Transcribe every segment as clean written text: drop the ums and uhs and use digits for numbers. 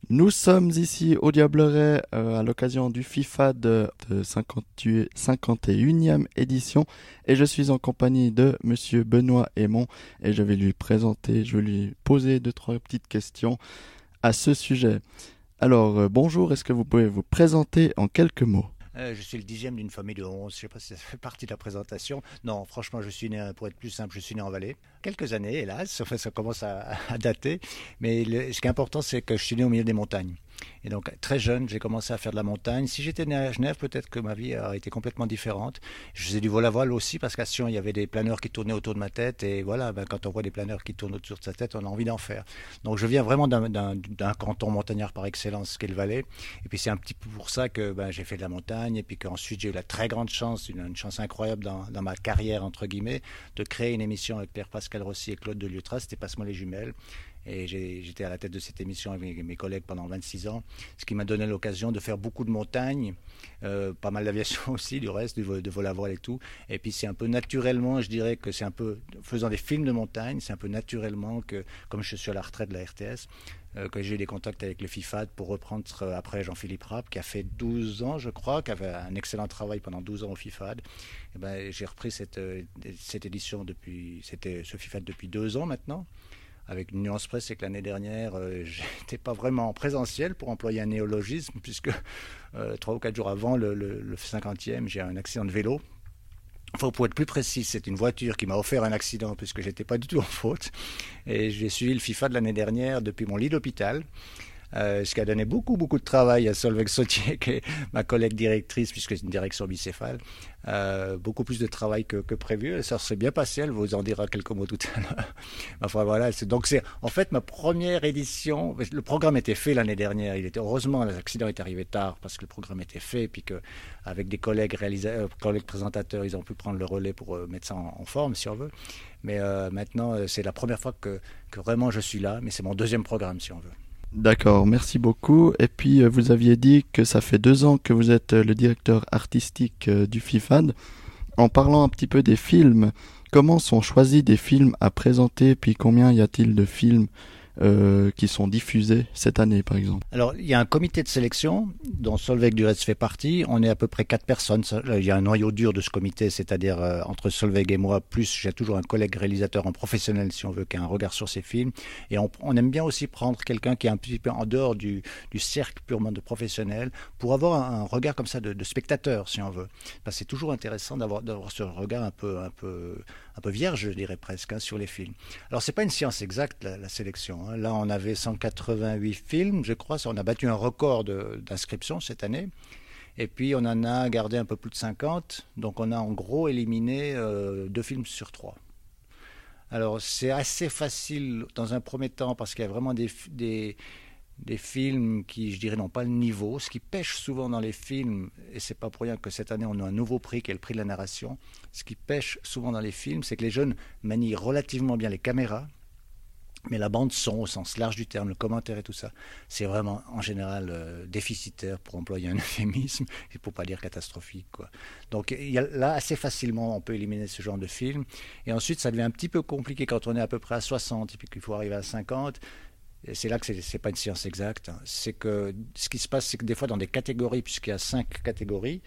Nous sommes ici au Diableret à l'occasion du FIFA de 51e édition et je suis en compagnie de Monsieur Benoît Aymon et je vais lui poser deux, trois petites questions à ce sujet. Alors, bonjour, est-ce que vous pouvez vous présenter en quelques mots? Je suis le 10e d'une famille de 11. Je ne sais pas si ça fait partie de la présentation. Non, franchement, je suis né, pour être plus simple, je suis né en Valais. Quelques années, hélas, enfin, ça commence à dater. Mais ce qui est important, c'est que je suis né au milieu des montagnes. Et donc, très jeune, j'ai commencé à faire de la montagne. Si j'étais né à Genève, peut-être que ma vie aurait été complètement différente. Je faisais du vol-à-voile aussi, parce qu'à Sion, il y avait des planeurs qui tournaient autour de ma tête. Et voilà, ben, quand on voit des planeurs qui tournent autour de sa tête, on a envie d'en faire. Donc, je viens vraiment d'un canton montagnard par excellence, qu'est le Valais. Et puis, c'est un petit peu pour ça que ben, j'ai fait de la montagne. Et puis qu'ensuite, j'ai eu la très grande chance, une chance incroyable dans ma carrière, entre guillemets, de créer une émission avec Pierre-Pascal Rossi et Claude Delieutra. C'était Passe-moi les jumelles. Et j'étais à la tête de cette émission avec mes collègues pendant 26 ans, ce qui m'a donné l'occasion de faire beaucoup de montagnes, pas mal d'aviation aussi, du reste, de vol à voile et tout. Et puis c'est un peu naturellement, je dirais que c'est un peu, faisant des films de montagne, c'est un peu naturellement que, comme je suis à la retraite de la RTS, que j'ai eu des contacts avec le FIFAD pour reprendre après Jean-Philippe Rapp, qui a fait 12 ans, je crois, qui avait un excellent travail pendant 12 ans au FIFAD. Et ben, j'ai repris cette édition ce FIFAD depuis 2 ans maintenant. Avec une nuance près, c'est que l'année dernière, j'étais pas vraiment en présentiel pour employer un néologisme, puisque 3 ou 4 jours avant le 50e, j'ai eu un accident de vélo. Enfin, pour être plus précis, c'est une voiture qui m'a offert un accident, puisque j'étais pas du tout en faute. Et j'ai suivi le FIFA de l'année dernière depuis mon lit d'hôpital. Ce qui a donné beaucoup de travail à Solveig Sautier, qui est ma collègue directrice, puisque c'est une direction bicéphale. Beaucoup plus de travail que prévu. Ça s'est bien passé, elle vous en dira quelques mots tout à l'heure. Enfin voilà, donc c'est en fait ma première édition. Le programme était fait l'année dernière. Heureusement, l'accident est arrivé tard parce que le programme était fait, et puis qu'avec des collègues collègues présentateurs, ils ont pu prendre le relais pour mettre ça en forme, si on veut. Mais maintenant, c'est la première fois que vraiment je suis là, mais c'est mon deuxième programme, si on veut. D'accord, merci beaucoup. Et puis, vous aviez dit que ça fait 2 ans que vous êtes le directeur artistique du FIFAD. En parlant un petit peu des films, comment sont choisis des films à présenter, puis combien y a-t-il de films qui sont diffusés cette année, par exemple? Alors, il y a un comité de sélection dont Solveig du reste fait partie. On est à peu près 4 personnes. Il y a un noyau dur de ce comité, c'est-à-dire entre Solveig et moi, plus j'ai toujours un collègue réalisateur en professionnel, si on veut, qui a un regard sur ces films. Et on aime bien aussi prendre quelqu'un qui est un petit peu en dehors du cercle purement de professionnels pour avoir un regard comme ça de spectateur, si on veut. Parce que c'est toujours intéressant d'avoir ce regard un peu vierge, je dirais presque, hein, sur les films. Alors, c'est pas une science exacte, la sélection. Là, on avait 188 films, je crois. On a battu un record d'inscription cette année. Et puis, on en a gardé un peu plus de 50. Donc, on a en gros éliminé 2 films sur 3. Alors, c'est assez facile dans un premier temps parce qu'il y a vraiment des films qui, je dirais, n'ont pas le niveau. Ce qui pêche souvent dans les films, et c'est pas pour rien que cette année on a un nouveau prix qui est le prix de la narration, ce qui pêche souvent dans les films, c'est que les jeunes manient relativement bien les caméras, mais la bande son au sens large du terme, le commentaire et tout ça, c'est vraiment en général déficitaire, pour employer un euphémisme, et pour pas dire catastrophique, quoi. Donc là, assez facilement, on peut éliminer ce genre de film. Et ensuite, ça devient un petit peu compliqué quand on est à peu près à 60 et puis qu'il faut arriver à 50. Et c'est là que c'est pas une science exacte. C'est que ce qui se passe, c'est que des fois dans des catégories, puisqu'il y a 5 catégories,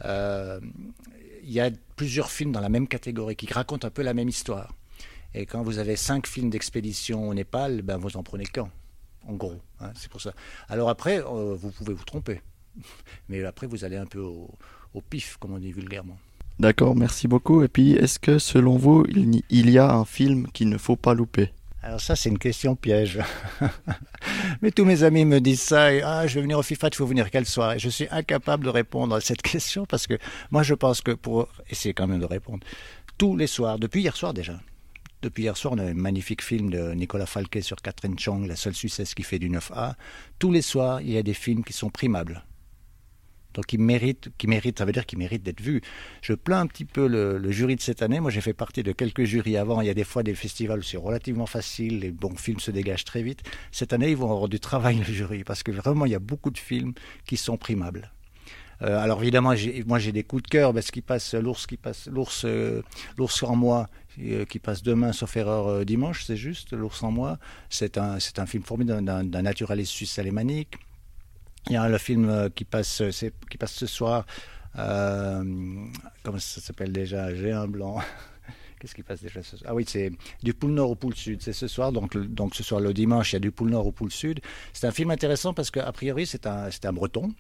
il y a plusieurs films dans la même catégorie qui racontent un peu la même histoire. Et quand vous avez 5 films d'expédition au Népal, ben vous en prenez qu'un, en gros. Hein, c'est pour ça. Alors après, vous pouvez vous tromper. Mais après, vous allez un peu au pif, comme on dit vulgairement. D'accord, merci beaucoup. Et puis, est-ce que selon vous, il y a un film qu'il ne faut pas louper? Alors ça, c'est une question piège. Mais tous mes amis me disent ça, et je vais venir au FIFA, il faut venir quelle soirée? Je suis incapable de répondre à cette question parce que moi, je pense que pour essayer quand même de répondre, tous les soirs, depuis hier soir déjà, on a un magnifique film de Nicolas Falquet sur Catherine Chong, la seule Suissesse qui fait du 9A. Tous les soirs, il y a des films qui sont primables. Donc qui méritent, ça veut dire qu'ils méritent d'être vus. Je plains un petit peu le jury de cette année. Moi, j'ai fait partie de quelques jurys avant. Il y a des fois des festivals où c'est relativement facile, les bons films se dégagent très vite. Cette année, ils vont avoir du travail, le jury, parce que vraiment, il y a beaucoup de films qui sont primables. Alors évidemment, moi j'ai des coups de cœur parce qu'il passe l'ours en moi qui passe demain, sauf erreur dimanche, c'est juste l'ours en moi. C'est un film formidable d'un naturaliste suisse alémanique. Il y a le film qui passe ce soir. Comment ça s'appelle déjà? J'ai un blanc. Qu'est-ce qui passe déjà ce soir? Ah oui, c'est du pôle Nord au pôle Sud. C'est ce soir, donc ce soir le dimanche, il y a du pôle Nord au pôle Sud. C'est un film intéressant parce qu'a priori c'est un Breton,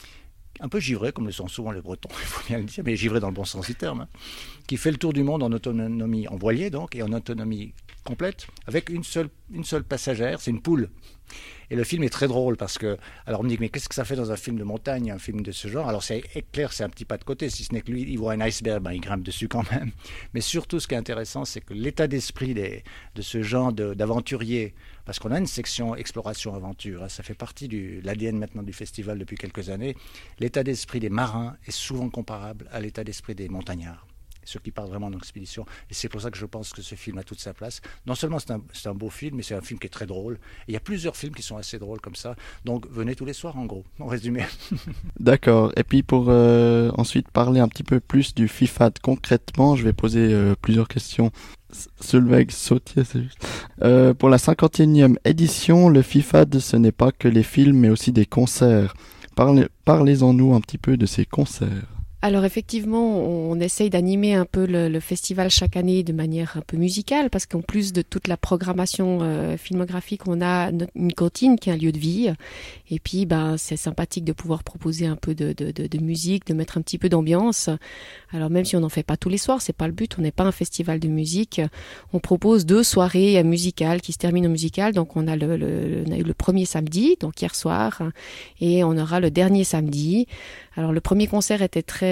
un peu givré, comme le sont souvent les Bretons, il faut bien le dire, mais givré dans le bon sens du terme, hein, qui fait le tour du monde en autonomie, en voilier donc, et en autonomie complète, avec une seule passagère, c'est une poule. Et le film est très drôle parce que, alors on me dit, mais qu'est-ce que ça fait dans un film de montagne, un film de ce genre? Alors c'est clair, c'est un petit pas de côté, si ce n'est que lui, il voit un iceberg, il grimpe dessus quand même. Mais surtout, ce qui est intéressant, c'est que l'état d'esprit de ce genre d'aventuriers, parce qu'on a une section exploration-aventure, hein, ça fait partie de l'ADN maintenant du festival depuis quelques années, l'état d'esprit des marins est souvent comparable à l'état d'esprit des montagnards, ceux qui partent vraiment d'expédition. Et c'est pour ça que je pense que ce film a toute sa place. Non seulement c'est un beau film, mais c'est un film qui est très drôle. Et il y a plusieurs films qui sont assez drôles comme ça. Donc venez tous les soirs en gros, en résumé. D'accord. Et puis pour ensuite parler un petit peu plus du FIFAD concrètement, je vais poser plusieurs questions. Solveig Sautier, c'est juste. Pour la 51e édition, le FIFAD, ce n'est pas que les films, mais aussi des concerts. Parlez-en-nous un petit peu de ces concerts. Alors effectivement, on essaye d'animer un peu le festival chaque année de manière un peu musicale, parce qu'en plus de toute la programmation filmographique, on a une cantine qui est un lieu de vie. Et puis, c'est sympathique de pouvoir proposer un peu de musique, de mettre un petit peu d'ambiance. Alors même si on n'en fait pas tous les soirs, c'est pas le but, on n'est pas un festival de musique. On propose 2 soirées musicales qui se terminent en musical. Donc on a on a eu le premier samedi, donc hier soir, et on aura le dernier samedi. Alors le premier concert était très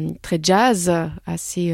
jazz, assez,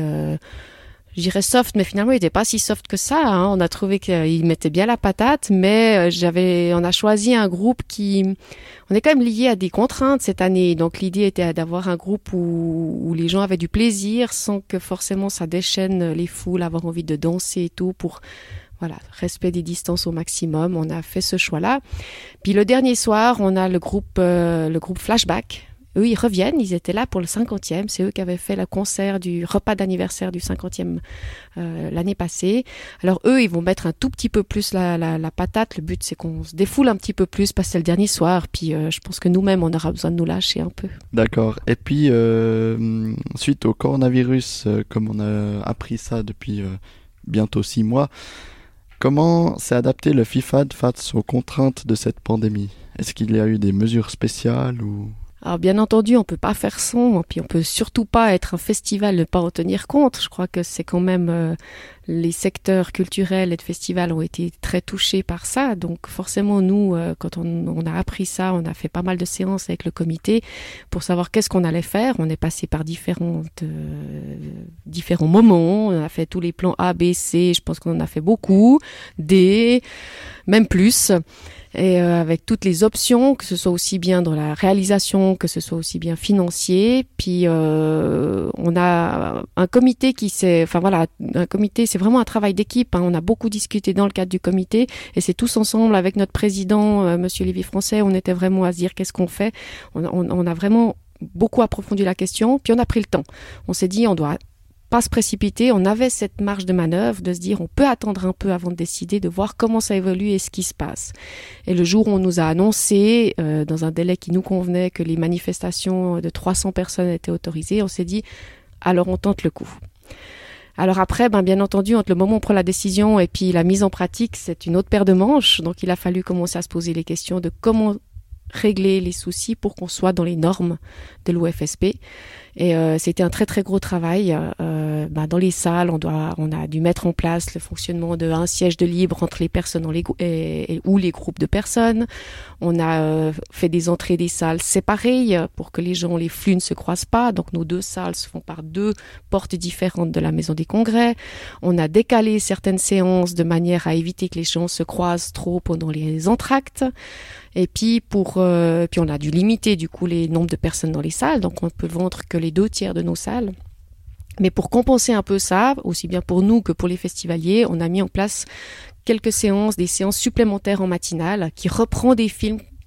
je dirais soft, mais finalement il n'était pas si soft que ça. Hein. On a trouvé qu'il mettait bien la patate, mais on a choisi un groupe on est quand même lié à des contraintes cette année. Donc l'idée était d'avoir un groupe où les gens avaient du plaisir sans que forcément ça déchaîne les foules, avoir envie de danser et tout pour... Voilà, respect des distances au maximum. On a fait ce choix-là. Puis le dernier soir, on a le groupe Flashback. Eux, ils reviennent, ils étaient là pour le 50e. C'est eux qui avaient fait le concert du repas d'anniversaire du 50e l'année passée. Alors eux, ils vont mettre un tout petit peu plus la patate. Le but, c'est qu'on se défoule un petit peu plus parce que c'est le dernier soir. Puis je pense que nous-mêmes, on aura besoin de nous lâcher un peu. D'accord. Et puis, suite au coronavirus, comme on a appris ça depuis bientôt 6 mois, comment s'est adapté le FIFAD face aux contraintes de cette pandémie? Est-ce qu'il y a eu des mesures spéciales ou... Alors bien entendu, on peut pas faire sans, puis on peut surtout pas être un festival, ne pas en tenir compte. Je crois que c'est quand même les secteurs culturels et de festivals ont été très touchés par ça. Donc forcément, nous, quand on a appris ça, on a fait pas mal de séances avec le comité pour savoir qu'est-ce qu'on allait faire. On est passé par différents moments. On a fait tous les plans A, B, C. Je pense qu'on en a fait beaucoup. D, même plus. Et avec toutes les options, que ce soit aussi bien dans la réalisation, que ce soit aussi bien financier. Puis on a un comité c'est vraiment un travail d'équipe. Hein. On a beaucoup discuté dans le cadre du comité et c'est tous ensemble avec notre président, Monsieur Lévy-Français. On était vraiment à se dire qu'est-ce qu'on fait. On a vraiment beaucoup approfondi la question. Puis on a pris le temps. On s'est dit on doit pas se précipiter, on avait cette marge de manœuvre de se dire on peut attendre un peu avant de décider, de voir comment ça évolue et ce qui se passe. Et le jour où on nous a annoncé, dans un délai qui nous convenait, que les manifestations de 300 personnes étaient autorisées, on s'est dit alors on tente le coup. Alors après, bien entendu, entre le moment où on prend la décision et puis la mise en pratique, c'est une autre paire de manches. Donc il a fallu commencer à se poser les questions de comment régler les soucis pour qu'on soit dans les normes de l'OFSP. Et c'était un très très gros travail. Dans les salles, on a dû mettre en place le fonctionnement d'un siège de libre entre les personnes ou les groupes de personnes. On a fait des entrées des salles séparées pour que les flux ne se croisent pas. Donc nos 2 salles se font par 2 portes différentes de la maison des congrès. On a décalé certaines séances de manière à éviter que les gens se croisent trop pendant les entr'actes. Et puis puis on a dû limiter du coup les nombres de personnes dans les salles, donc on peut vendre que les 2/3 de nos salles. Mais pour compenser un peu ça, aussi bien pour nous que pour les festivaliers, on a mis en place des séances supplémentaires en matinale qui reprend des films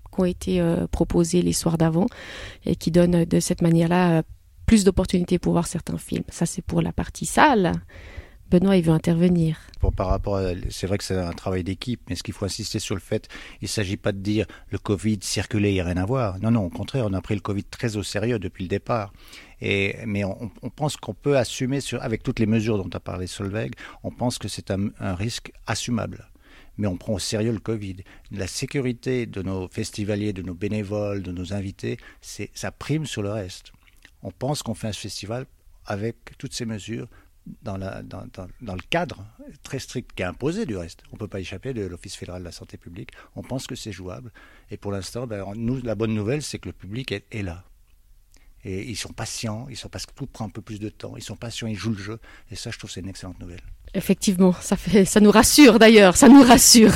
qui ont été proposés les soirs d'avant et qui donnent de cette manière-là plus d'opportunités pour voir certains films. Ça, c'est pour la partie salle. Benoît, il veut intervenir. Par rapport à, c'est vrai que c'est un travail d'équipe, mais ce qu'il faut insister sur le fait, il ne s'agit pas de dire le Covid circulait, il n'y a rien à voir. Non, non, au contraire, on a pris le Covid très au sérieux depuis le départ. Mais on pense qu'on peut assumer, avec toutes les mesures dont a parlé Solveig, on pense que c'est un risque assumable. Mais on prend au sérieux le Covid. La sécurité de nos festivaliers, de nos bénévoles, de nos invités, ça prime sur le reste. On pense qu'on fait un festival avec toutes ces mesures dans le cadre très strict qui est imposé du reste. On ne peut pas échapper de l'Office fédéral de la santé publique. On pense que c'est jouable. Et pour l'instant, nous, la bonne nouvelle, c'est que le public est là. Et ils sont patients, parce que tout prend un peu plus de temps. Ils sont patients, ils jouent le jeu. Et ça, je trouve que c'est une excellente nouvelle. Effectivement, ça nous rassure d'ailleurs, ça nous rassure.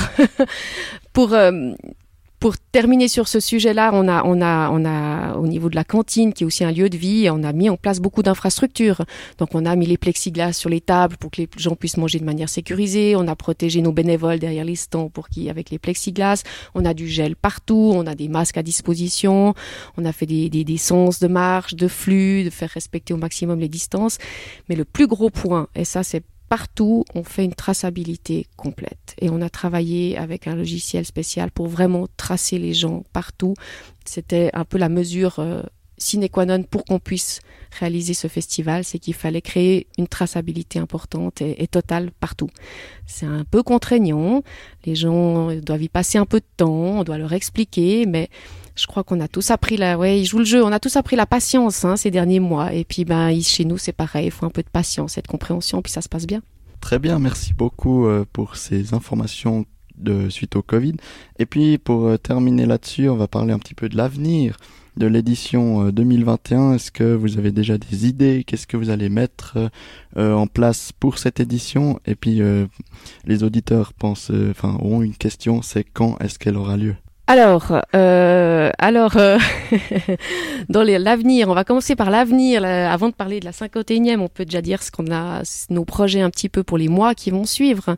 Pour terminer sur ce sujet-là, on a au niveau de la cantine, qui est aussi un lieu de vie, on a mis en place beaucoup d'infrastructures. Donc on a mis les plexiglas sur les tables pour que les gens puissent manger de manière sécurisée. On a protégé nos bénévoles derrière les stands avec les plexiglas. On a du gel partout, on a des masques à disposition. On a fait des sens de marche, de flux, de faire respecter au maximum les distances. Mais le plus gros point, et ça c'est partout, on fait une traçabilité complète. Et on a travaillé avec un logiciel spécial pour vraiment tracer les gens partout. C'était un peu la mesure sine qua non pour qu'on puisse réaliser ce festival, c'est qu'il fallait créer une traçabilité importante et totale partout. C'est un peu contraignant, les gens doivent y passer un peu de temps, on doit leur expliquer, mais je crois qu'on a tous appris ils jouent le jeu, on a tous appris la patience ces derniers mois. Et puis chez nous c'est pareil, il faut un peu de patience et de compréhension, puis ça se passe bien. Très bien, merci beaucoup pour ces informations suite au Covid. Et puis pour terminer là-dessus, on va parler un petit peu de l'avenir de l'édition 2021. Est-ce que vous avez déjà des idées? Qu'est-ce que vous allez mettre en place pour cette édition? Et puis les auditeurs auront une question, c'est quand est-ce qu'elle aura lieu? Alors, dans l'avenir, on va commencer par l'avenir. Avant de parler de la 51e, on peut déjà dire nos projets un petit peu pour les mois qui vont suivre.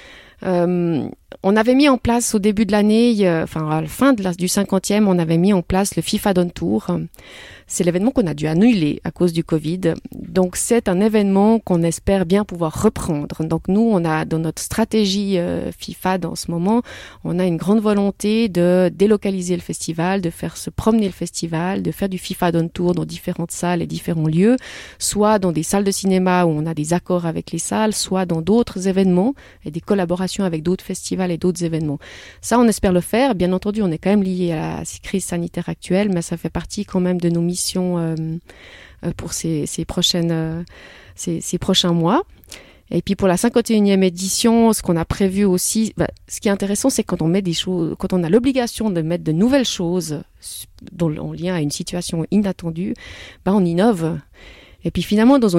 On avait mis en place au début de l'année, à la fin du 50e, on avait mis en place le FIFA Don Tour. C'est l'événement qu'on a dû annuler à cause du Covid. Donc c'est un événement qu'on espère bien pouvoir reprendre. Donc nous, on a dans notre stratégie FIFA dans ce moment, on a une grande volonté de délocaliser le festival, de faire se promener le festival, de faire du FIFA Don Tour dans différentes salles et différents lieux, soit dans des salles de cinéma où on a des accords avec les salles, soit dans d'autres événements et des collaborations avec d'autres festivals et d'autres événements. Ça, on espère le faire. Bien entendu, on est quand même lié à la crise sanitaire actuelle, mais ça fait partie quand même de nos missions pour ces prochains mois. Et puis pour la 51e édition, ce qu'on a prévu aussi, ce qui est intéressant, c'est quand on met des choses, quand on a l'obligation de mettre de nouvelles choses en lien à une situation inattendue, on innove. Et puis finalement, dans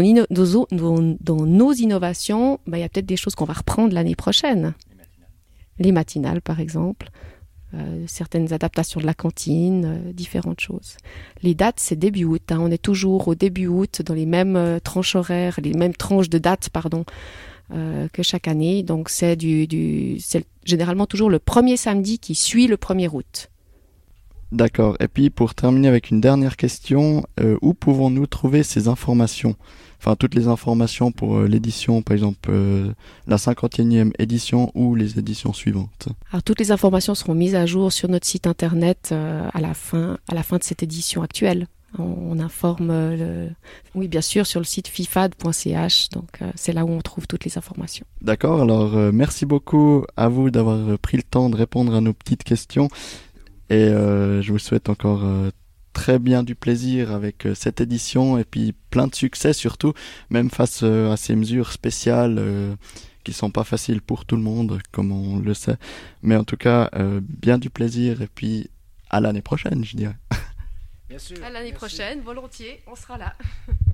nos innovations, il y a peut-être des choses qu'on va reprendre l'année prochaine. Les matinales, par exemple. Certaines adaptations de la cantine, différentes choses. Les dates, c'est début août. On est toujours au début août dans les mêmes tranches horaires, les mêmes tranches de dates, que chaque année. Donc c'est c'est généralement toujours le premier samedi qui suit le 1er août. D'accord. Et puis pour terminer avec une dernière question, où pouvons-nous trouver ces informations? Enfin, toutes les informations pour l'édition, par exemple la 51e édition ou les éditions suivantes. Alors toutes les informations seront mises à jour sur notre site internet à la fin de cette édition actuelle. On informe, oui bien sûr, sur le site fifad.ch, donc c'est là où on trouve toutes les informations. D'accord, alors merci beaucoup à vous d'avoir pris le temps de répondre à nos petites questions et je vous souhaite encore très bien du plaisir avec cette édition et puis plein de succès surtout, même face à ces mesures spéciales qui sont pas faciles pour tout le monde, comme on le sait. Mais en tout cas, bien du plaisir et puis à l'année prochaine, je dirais. Bien sûr. À l'année prochaine, volontiers, on sera là.